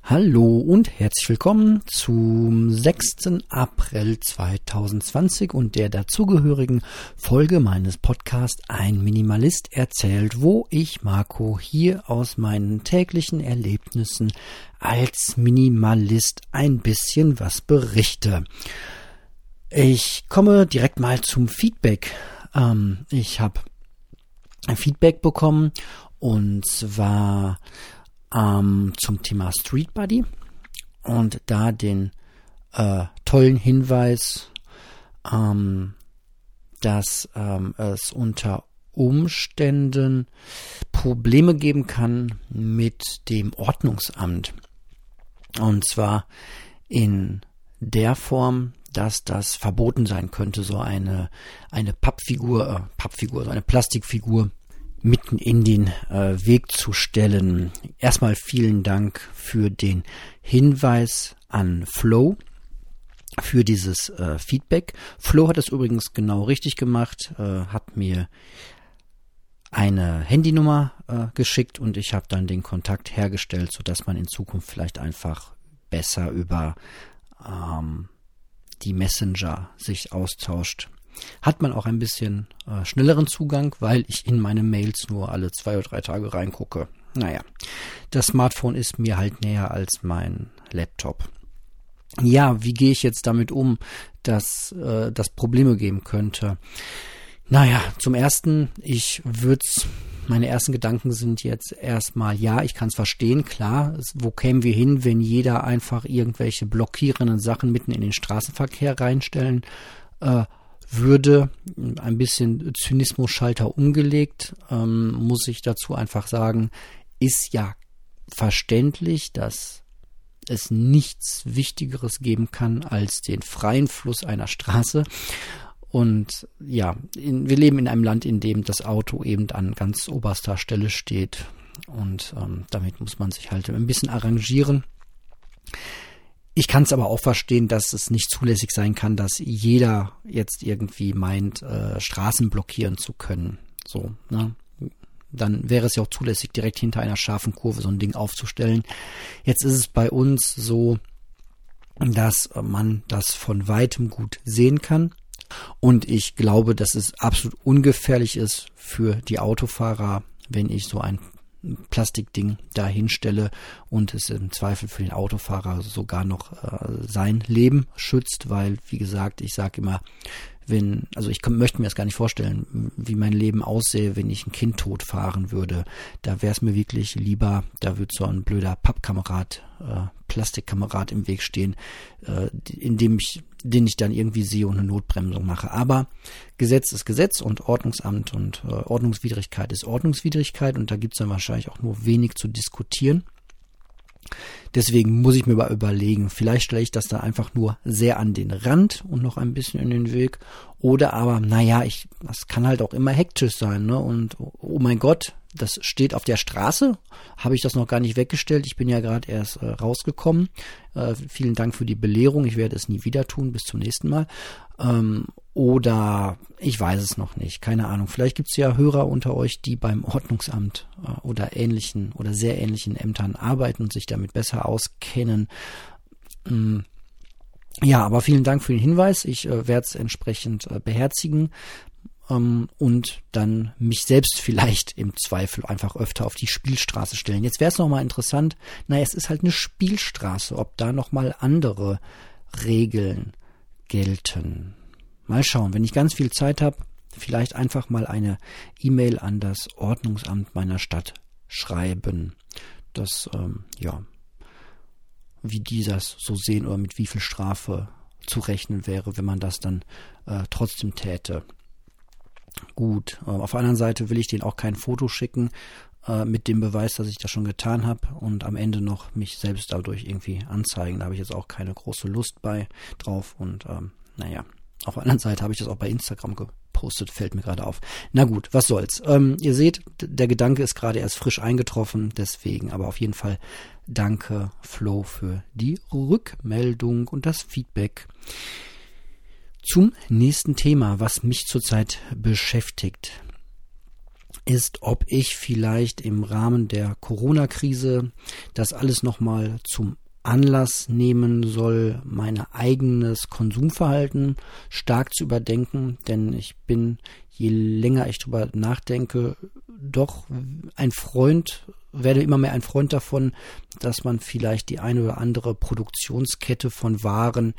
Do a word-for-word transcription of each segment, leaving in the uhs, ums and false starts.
Hallo und herzlich willkommen zum sechsten April zweitausendzwanzig und der dazugehörigen Folge meines Podcasts Ein Minimalist erzählt, wo ich, Marco, hier aus meinen täglichen Erlebnissen als Minimalist ein bisschen was berichte. Ich komme direkt mal zum Feedback. Ähm, ich habe ein Feedback bekommen und zwar Ähm, zum Thema Street Buddy und da den äh, tollen Hinweis, ähm, dass ähm, es unter Umständen Probleme geben kann mit dem Ordnungsamt. Und zwar in der Form, dass das verboten sein könnte, so eine eine Pappfigur, äh, Pappfigur, so eine Plastikfigur mitten in den äh, Weg zu stellen. Erstmal vielen Dank für den Hinweis an Flo für dieses äh, Feedback. Flo hat es übrigens genau richtig gemacht, äh, hat mir eine Handynummer äh, geschickt und ich habe dann den Kontakt hergestellt, sodass man in Zukunft vielleicht einfach besser über ähm, die Messenger sich austauscht. Hat man auch ein bisschen äh, schnelleren Zugang, weil ich in meine Mails nur alle zwei oder drei Tage reingucke. Naja, das Smartphone ist mir halt näher als mein Laptop. Ja, wie gehe ich jetzt damit um, dass äh, das Probleme geben könnte? Naja, zum Ersten, ich würde meine ersten Gedanken sind jetzt erstmal, ja, ich kann es verstehen, klar, wo kämen wir hin, wenn jeder einfach irgendwelche blockierenden Sachen mitten in den Straßenverkehr reinstellen äh, würde, ein bisschen Zynismus-Schalter umgelegt, ähm, muss ich dazu einfach sagen, ist ja verständlich, dass es nichts Wichtigeres geben kann als den freien Fluss einer Straße. Und ja, in, wir leben in einem Land, in dem das Auto eben an ganz oberster Stelle steht. Und ähm, damit muss man sich halt ein bisschen arrangieren. Ich kann es aber auch verstehen, dass es nicht zulässig sein kann, dass jeder jetzt irgendwie meint, äh, Straßen blockieren zu können. So, ne? Dann wäre es ja auch zulässig, direkt hinter einer scharfen Kurve so ein Ding aufzustellen. Jetzt ist es bei uns so, dass man das von weitem gut sehen kann. Und ich glaube, dass es absolut ungefährlich ist für die Autofahrer, wenn ich so ein Plastikding da hinstelle und es im Zweifel für den Autofahrer sogar noch äh, sein Leben schützt, weil, wie gesagt, ich sage immer, wenn, also ich komm, möchte mir das gar nicht vorstellen, wie mein Leben aussähe, wenn ich ein Kind totfahren würde. Da wäre es mir wirklich lieber, da würde so ein blöder Pappkamerad, äh, Plastikkamerad im Weg stehen, äh, in dem ich, den ich dann irgendwie sehe und eine Notbremsung mache. Aber Gesetz ist Gesetz und Ordnungsamt und äh, Ordnungswidrigkeit ist Ordnungswidrigkeit und da gibt es dann wahrscheinlich auch nur wenig zu diskutieren. Deswegen muss ich mir mal überlegen, vielleicht stelle ich das da einfach nur sehr an den Rand und noch ein bisschen in den Weg. Oder aber, naja, ich, das kann halt auch immer hektisch sein, ne? Und oh mein Gott, das steht auf der Straße, habe ich das noch gar nicht weggestellt. Ich bin ja gerade erst äh, rausgekommen. Äh, vielen Dank für die Belehrung. Ich werde es nie wieder tun. Bis zum nächsten Mal. Ähm, oder ich weiß es noch nicht. Keine Ahnung. Vielleicht gibt es ja Hörer unter euch, die beim Ordnungsamt äh, oder ähnlichen oder sehr ähnlichen Ämtern arbeiten und sich damit besser auskennen. Ähm, ja, aber vielen Dank für den Hinweis. Ich äh, werde es entsprechend äh, beherzigen. Und dann mich selbst vielleicht im Zweifel einfach öfter auf die Spielstraße stellen. Jetzt wäre es nochmal interessant, naja, es ist halt eine Spielstraße, ob da nochmal andere Regeln gelten. Mal schauen, wenn ich ganz viel Zeit habe, vielleicht einfach mal eine E-Mail an das Ordnungsamt meiner Stadt schreiben. Das, ähm, ja, wie die das so sehen oder mit wie viel Strafe zu rechnen wäre, wenn man das dann äh, trotzdem täte. Gut, auf der anderen Seite will ich denen auch kein Foto schicken äh, mit dem Beweis, dass ich das schon getan habe und am Ende noch mich selbst dadurch irgendwie anzeigen. Da habe ich jetzt auch keine große Lust bei drauf und ähm, naja, auf der anderen Seite habe ich das auch bei Instagram gepostet, fällt mir gerade auf. Na gut, was soll's. Ähm, ihr seht, der Gedanke ist gerade erst frisch eingetroffen, deswegen aber auf jeden Fall danke Flo für die Rückmeldung und das Feedback. Zum nächsten Thema, was mich zurzeit beschäftigt. ist, ob ich vielleicht im Rahmen der Corona-Krise das alles nochmal zum Anlass nehmen soll, mein eigenes Konsumverhalten stark zu überdenken, denn ich bin, je länger ich drüber nachdenke, doch ein Freund, werde immer mehr ein Freund davon, dass man vielleicht die eine oder andere Produktionskette von Waren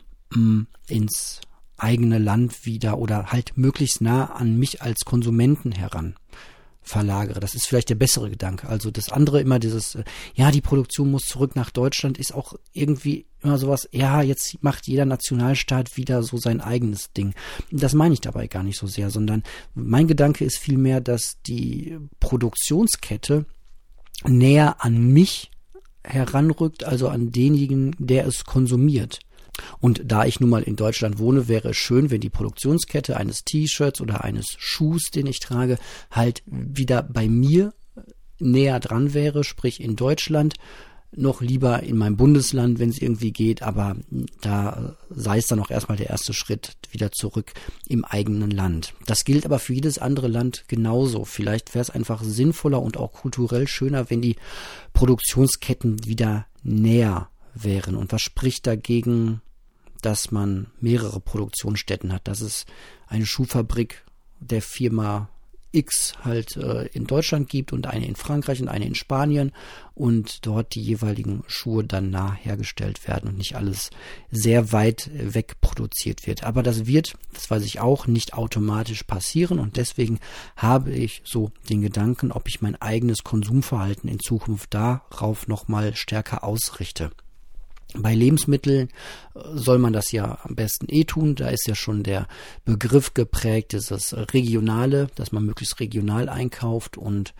mh, ins eigene Land wieder oder halt möglichst nah an mich als Konsumenten heran verlagere. Das ist vielleicht der bessere Gedanke. Also das andere immer dieses, ja, die Produktion muss zurück nach Deutschland, ist auch irgendwie immer sowas, ja, jetzt macht jeder Nationalstaat wieder so sein eigenes Ding. Das meine ich dabei gar nicht so sehr, sondern mein Gedanke ist vielmehr, dass die Produktionskette näher an mich heranrückt, also an denjenigen, der es konsumiert. Und da ich nun mal in Deutschland wohne, wäre es schön, wenn die Produktionskette eines T-Shirts oder eines Schuhs, den ich trage, halt wieder bei mir näher dran wäre, sprich in Deutschland, noch lieber in meinem Bundesland, wenn es irgendwie geht, aber da sei es dann auch erstmal der erste Schritt wieder zurück im eigenen Land. Das gilt aber für jedes andere Land genauso. Vielleicht wäre es einfach sinnvoller und auch kulturell schöner, wenn die Produktionsketten wieder näher wären. Und was spricht dagegen, dass man mehrere Produktionsstätten hat, dass es eine Schuhfabrik der Firma X halt äh, in Deutschland gibt und eine in Frankreich und eine in Spanien und dort die jeweiligen Schuhe dann nah hergestellt werden und nicht alles sehr weit weg produziert wird. Aber das wird, das weiß ich auch, nicht automatisch passieren und deswegen habe ich so den Gedanken, ob ich mein eigenes Konsumverhalten in Zukunft darauf nochmal stärker ausrichte. Bei Lebensmitteln soll man das ja am besten eh tun. Da ist ja schon der Begriff geprägt, dieses Regionale, dass man möglichst regional einkauft. Und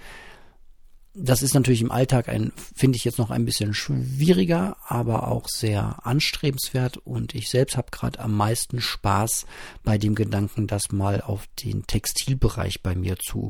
das ist natürlich im Alltag ein, finde ich jetzt noch ein bisschen schwieriger, aber auch sehr anstrebenswert. Und ich selbst habe gerade am meisten Spaß bei dem Gedanken, das mal auf den Textilbereich bei mir zu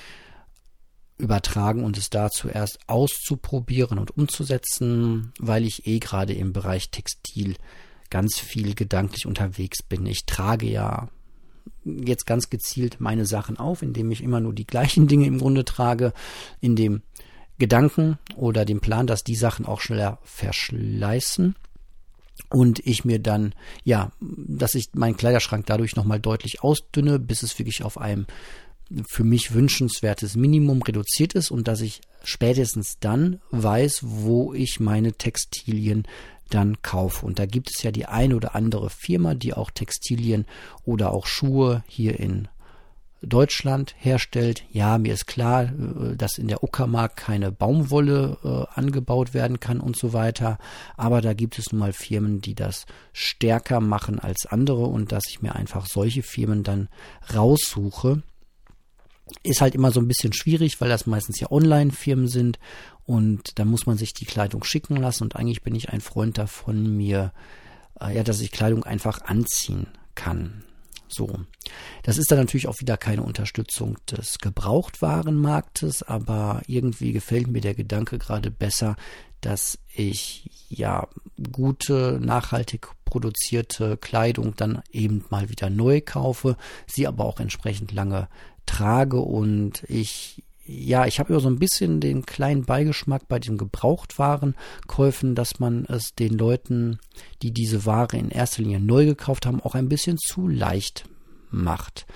übertragen und es da zuerst auszuprobieren und umzusetzen, weil ich eh gerade im Bereich Textil ganz viel gedanklich unterwegs bin. Ich trage ja jetzt ganz gezielt meine Sachen auf, indem ich immer nur die gleichen Dinge im Grunde trage, in dem Gedanken oder dem Plan, dass die Sachen auch schneller verschleißen und ich mir dann, ja, dass ich meinen Kleiderschrank dadurch nochmal deutlich ausdünne, bis es wirklich auf einem für mich wünschenswertes Minimum reduziert ist und dass ich spätestens dann weiß, wo ich meine Textilien dann kaufe. Und da gibt es ja die eine oder andere Firma, die auch Textilien oder auch Schuhe hier in Deutschland herstellt. Ja, mir ist klar, dass in der Uckermark keine Baumwolle äh, angebaut werden kann und so weiter. Aber da gibt es nun mal Firmen, die das stärker machen als andere und dass ich mir einfach solche Firmen dann raussuche. Ist halt immer so ein bisschen schwierig, weil das meistens ja Online-Firmen sind und da muss man sich die Kleidung schicken lassen und eigentlich bin ich ein Freund davon, mir, äh, ja, dass ich Kleidung einfach anziehen kann. So. Das ist dann natürlich auch wieder keine Unterstützung des Gebrauchtwarenmarktes, aber irgendwie gefällt mir der Gedanke gerade besser, dass ich ja gute, nachhaltig produzierte Kleidung dann eben mal wieder neu kaufe, sie aber auch entsprechend lange trage und ich, ja, ich habe immer so ein bisschen den kleinen Beigeschmack bei den Gebrauchtwarenkäufen, dass man es den Leuten, die diese Ware in erster Linie neu gekauft haben, auch ein bisschen zu leicht macht.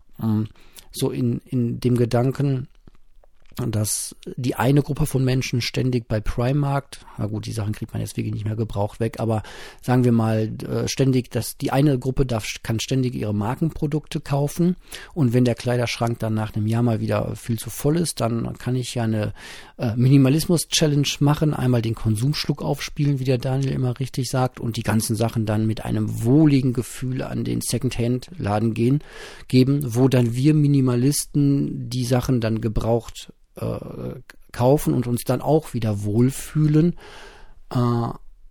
So in, in dem Gedanken, dass die eine Gruppe von Menschen ständig bei Primark, na gut, die Sachen kriegt man jetzt wirklich nicht mehr gebraucht weg, aber sagen wir mal äh, ständig, dass die eine Gruppe darf, kann ständig ihre Markenprodukte kaufen und wenn der Kleiderschrank dann nach einem Jahr mal wieder viel zu voll ist, dann kann ich ja eine äh, Minimalismus-Challenge machen, einmal den Konsumschluck aufspielen, wie der Daniel immer richtig sagt und die ganzen Sachen dann mit einem wohligen Gefühl an den Secondhand-Laden gehen, geben, wo dann wir Minimalisten die Sachen dann gebraucht Äh, kaufen und uns dann auch wieder wohlfühlen. Äh,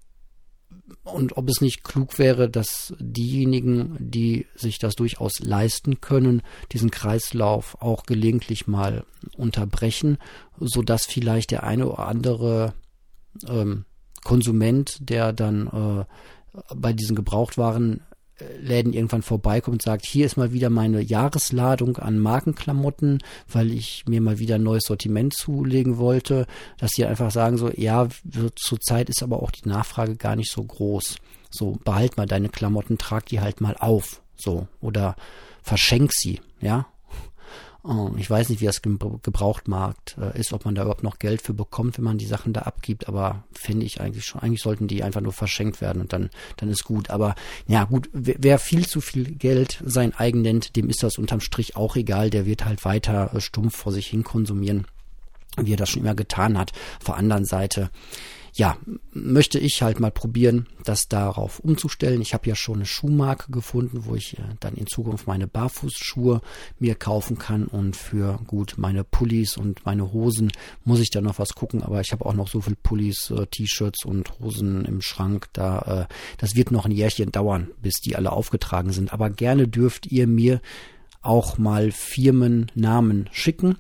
und ob es nicht klug wäre, dass diejenigen, die sich das durchaus leisten können, diesen Kreislauf auch gelegentlich mal unterbrechen, sodass vielleicht der eine oder andere ähm, Konsument, der dann äh, bei diesen Gebrauchtwaren Läden irgendwann vorbeikommt und sagt, hier ist mal wieder meine Jahresladung an Markenklamotten, weil ich mir mal wieder ein neues Sortiment zulegen wollte, dass die einfach sagen so, ja, zurzeit ist aber auch die Nachfrage gar nicht so groß. So, behalt mal deine Klamotten, trag die halt mal auf, so, oder verschenk sie, ja. Ich weiß nicht, wie das Gebrauchtmarkt ist, ob man da überhaupt noch Geld für bekommt, wenn man die Sachen da abgibt, aber finde ich eigentlich schon, eigentlich sollten die einfach nur verschenkt werden und dann, dann ist gut. Aber ja gut, wer viel zu viel Geld sein eigen nennt, dem ist das unterm Strich auch egal, der wird halt weiter stumpf vor sich hin konsumieren, wie er das schon immer getan hat. Auf der anderen Seite, ja, möchte ich halt mal probieren, das darauf umzustellen. Ich habe ja schon eine Schuhmarke gefunden, wo ich äh, dann in Zukunft meine Barfußschuhe mir kaufen kann und für gut meine Pullis und meine Hosen muss ich dann noch was gucken, aber ich habe auch noch so viel Pullis, äh, T-Shirts und Hosen im Schrank, da äh, das wird noch ein Jährchen dauern, bis die alle aufgetragen sind, aber gerne dürft ihr mir auch mal Firmennamen schicken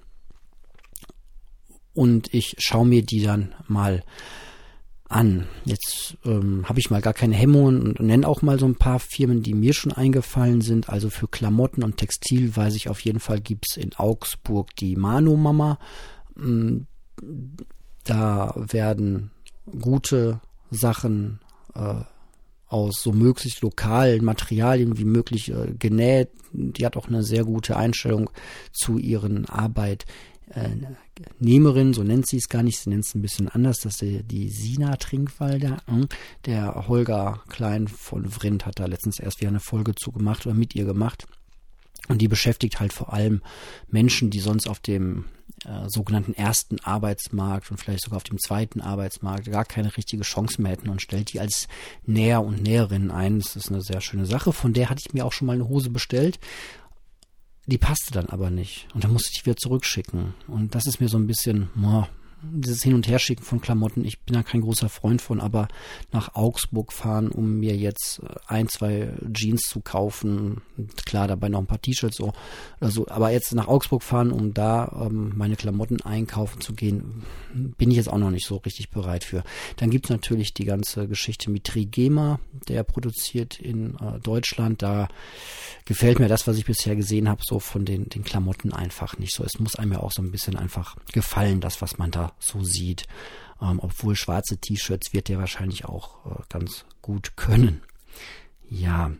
und ich schaue mir die dann mal an. Jetzt ähm, habe ich mal gar keine Hemmungen und nenne auch mal so ein paar Firmen, die mir schon eingefallen sind. Also für Klamotten und Textil weiß ich auf jeden Fall, gibt's in Augsburg die Mano Mama. Da werden gute Sachen äh, aus so möglichst lokalen Materialien wie möglich äh, genäht. Die hat auch eine sehr gute Einstellung zu ihren Arbeit. Nehmerin, so nennt sie es gar nicht, sie nennt es ein bisschen anders, das ist die Sina Trinkwalder. Der Holger Klein von Vrindt hat da letztens erst wieder eine Folge zu gemacht oder mit ihr gemacht. Und die beschäftigt halt vor allem Menschen, die sonst auf dem äh, sogenannten ersten Arbeitsmarkt und vielleicht sogar auf dem zweiten Arbeitsmarkt gar keine richtige Chance mehr hätten und stellt die als Näher und Näherin ein. Das ist eine sehr schöne Sache. Von der hatte ich mir auch schon mal eine Hose bestellt. Die passte dann aber nicht. Und dann musste ich wieder zurückschicken. Und das ist mir so ein bisschen, boah, dieses Hin- und Herschicken von Klamotten, ich bin da kein großer Freund von, aber nach Augsburg fahren, um mir jetzt ein, zwei Jeans zu kaufen, klar, dabei noch ein paar T-Shirts so, oder so, aber jetzt nach Augsburg fahren, um da ähm, meine Klamotten einkaufen zu gehen, bin ich jetzt auch noch nicht so richtig bereit für. Dann gibt's natürlich die ganze Geschichte mit Trigema, der produziert in äh, Deutschland, da gefällt mir das, was ich bisher gesehen habe, so von den, den Klamotten einfach nicht so. Es muss einem ja auch so ein bisschen einfach gefallen, das, was man da so sieht. Ähm, obwohl schwarze T-Shirts wird der wahrscheinlich auch äh, ganz gut können. Ja,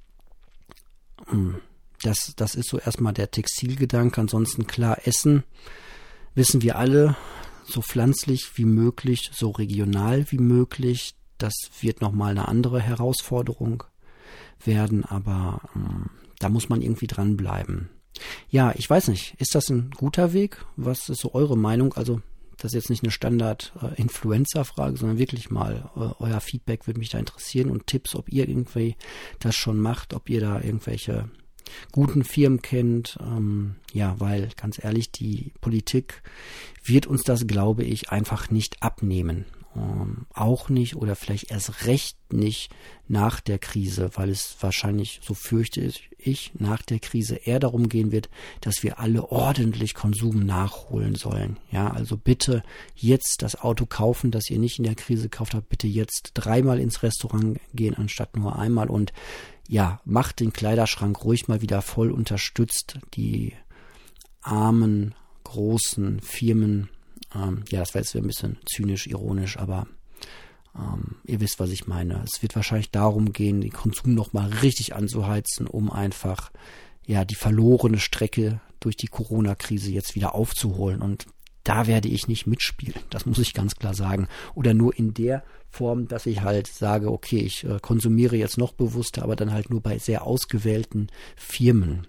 das, das ist so erstmal der Textilgedanke. Ansonsten klar, Essen wissen wir alle, so pflanzlich wie möglich, so regional wie möglich. Das wird nochmal eine andere Herausforderung werden, aber ähm, da muss man irgendwie dranbleiben. Ja, ich weiß nicht, ist das ein guter Weg? Was ist so eure Meinung? Also das ist jetzt nicht eine Standard-Influencer-Frage, sondern wirklich mal äh, euer Feedback würde mich da interessieren und Tipps, ob ihr irgendwie das schon macht, ob ihr da irgendwelche guten Firmen kennt. Ähm, ja, weil ganz ehrlich, die Politik wird uns das, glaube ich, einfach nicht abnehmen. Ähm, auch nicht oder vielleicht erst recht nicht nach der Krise, weil es wahrscheinlich, so fürchte ich, nach der Krise eher darum gehen wird, dass wir alle ordentlich Konsum nachholen sollen. Ja, also bitte jetzt das Auto kaufen, das ihr nicht in der Krise gekauft habt, bitte jetzt dreimal ins Restaurant gehen, anstatt nur einmal und ja, macht den Kleiderschrank ruhig mal wieder voll, unterstützt die armen, großen Firmen. Ähm, ja, das war jetzt ein bisschen zynisch, ironisch, aber ähm, ihr wisst, was ich meine. Es wird wahrscheinlich darum gehen, den Konsum nochmal richtig anzuheizen, um einfach ja die verlorene Strecke durch die Corona-Krise jetzt wieder aufzuholen. Und da werde ich nicht mitspielen, das muss ich ganz klar sagen. Oder nur in der Form, dass ich halt sage, okay, ich äh, konsumiere jetzt noch bewusster, aber dann halt nur bei sehr ausgewählten Firmen.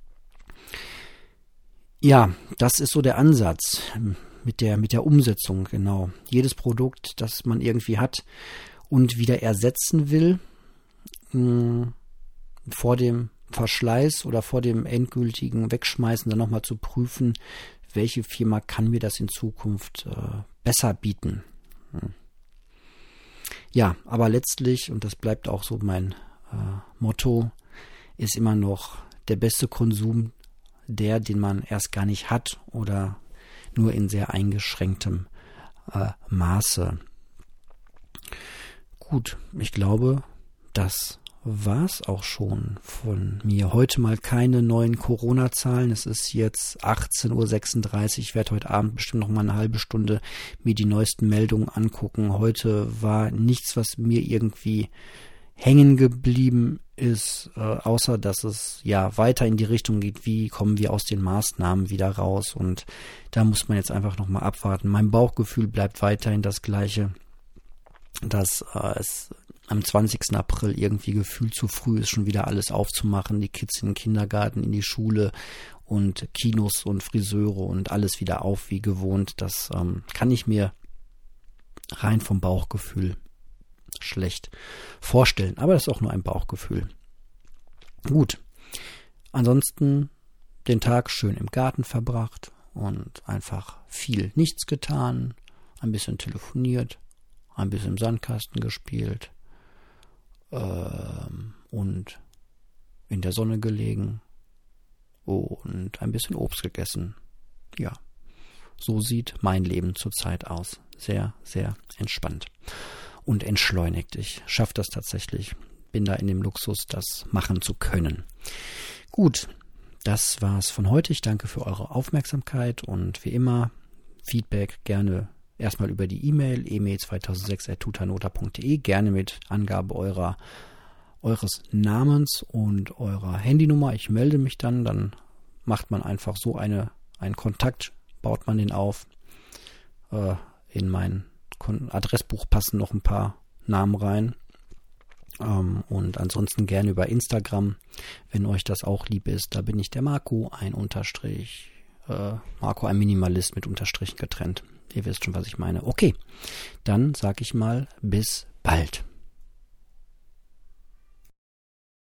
Ja, das ist so der Ansatz. Mit der, mit der Umsetzung, genau. Jedes Produkt, das man irgendwie hat und wieder ersetzen will, mh, vor dem Verschleiß oder vor dem endgültigen Wegschmeißen dann nochmal zu prüfen, welche Firma kann mir das in Zukunft äh, besser bieten. Hm. Ja, aber letztlich, und das bleibt auch so mein äh, Motto, ist immer noch der beste Konsum der, den man erst gar nicht hat oder nur in sehr eingeschränktem äh, Maße. Gut, ich glaube, das war's auch schon von mir. Heute mal keine neuen Corona-Zahlen. Es ist jetzt achtzehn Uhr sechsunddreißig. Ich werde heute Abend bestimmt noch mal eine halbe Stunde mir die neuesten Meldungen angucken. Heute war nichts, was mir irgendwie hängen geblieben ist, äh, außer dass es ja weiter in die Richtung geht, wie kommen wir aus den Maßnahmen wieder raus. Und da muss man jetzt einfach noch mal abwarten. Mein Bauchgefühl bleibt weiterhin das gleiche, dass äh, es am zwanzigsten April irgendwie gefühlt zu früh ist, schon wieder alles aufzumachen, die Kids in den Kindergarten, in die Schule und Kinos und Friseure und alles wieder auf wie gewohnt. Das ähm, kann ich mir rein vom Bauchgefühl schlecht vorstellen. Aber das ist auch nur ein Bauchgefühl. Gut. Ansonsten den Tag schön im Garten verbracht und einfach viel nichts getan, ein bisschen telefoniert, ein bisschen im Sandkasten gespielt, und in der Sonne gelegen und ein bisschen Obst gegessen. Ja, so sieht mein Leben zurzeit aus. Sehr, sehr entspannt und entschleunigt. Ich schaffe das tatsächlich. Bin da in dem Luxus, das machen zu können. Gut, das war's von heute. Ich danke für eure Aufmerksamkeit und wie immer Feedback gerne erstmal über die E-Mail e mail zweitausendsechs at tutanota punkt de, gerne mit Angabe eurer, eures Namens und eurer Handynummer. Ich melde mich dann, dann macht man einfach so eine, einen Kontakt, baut man den auf. Äh, in mein Adressbuch passen noch ein paar Namen rein. Ähm, und ansonsten gerne über Instagram, wenn euch das auch lieb ist. Da bin ich der Marco, ein Unterstrich, äh, Marco, ein Minimalist mit Unterstrichen getrennt. Ihr wisst schon, was ich meine. Okay, dann sage ich mal bis bald.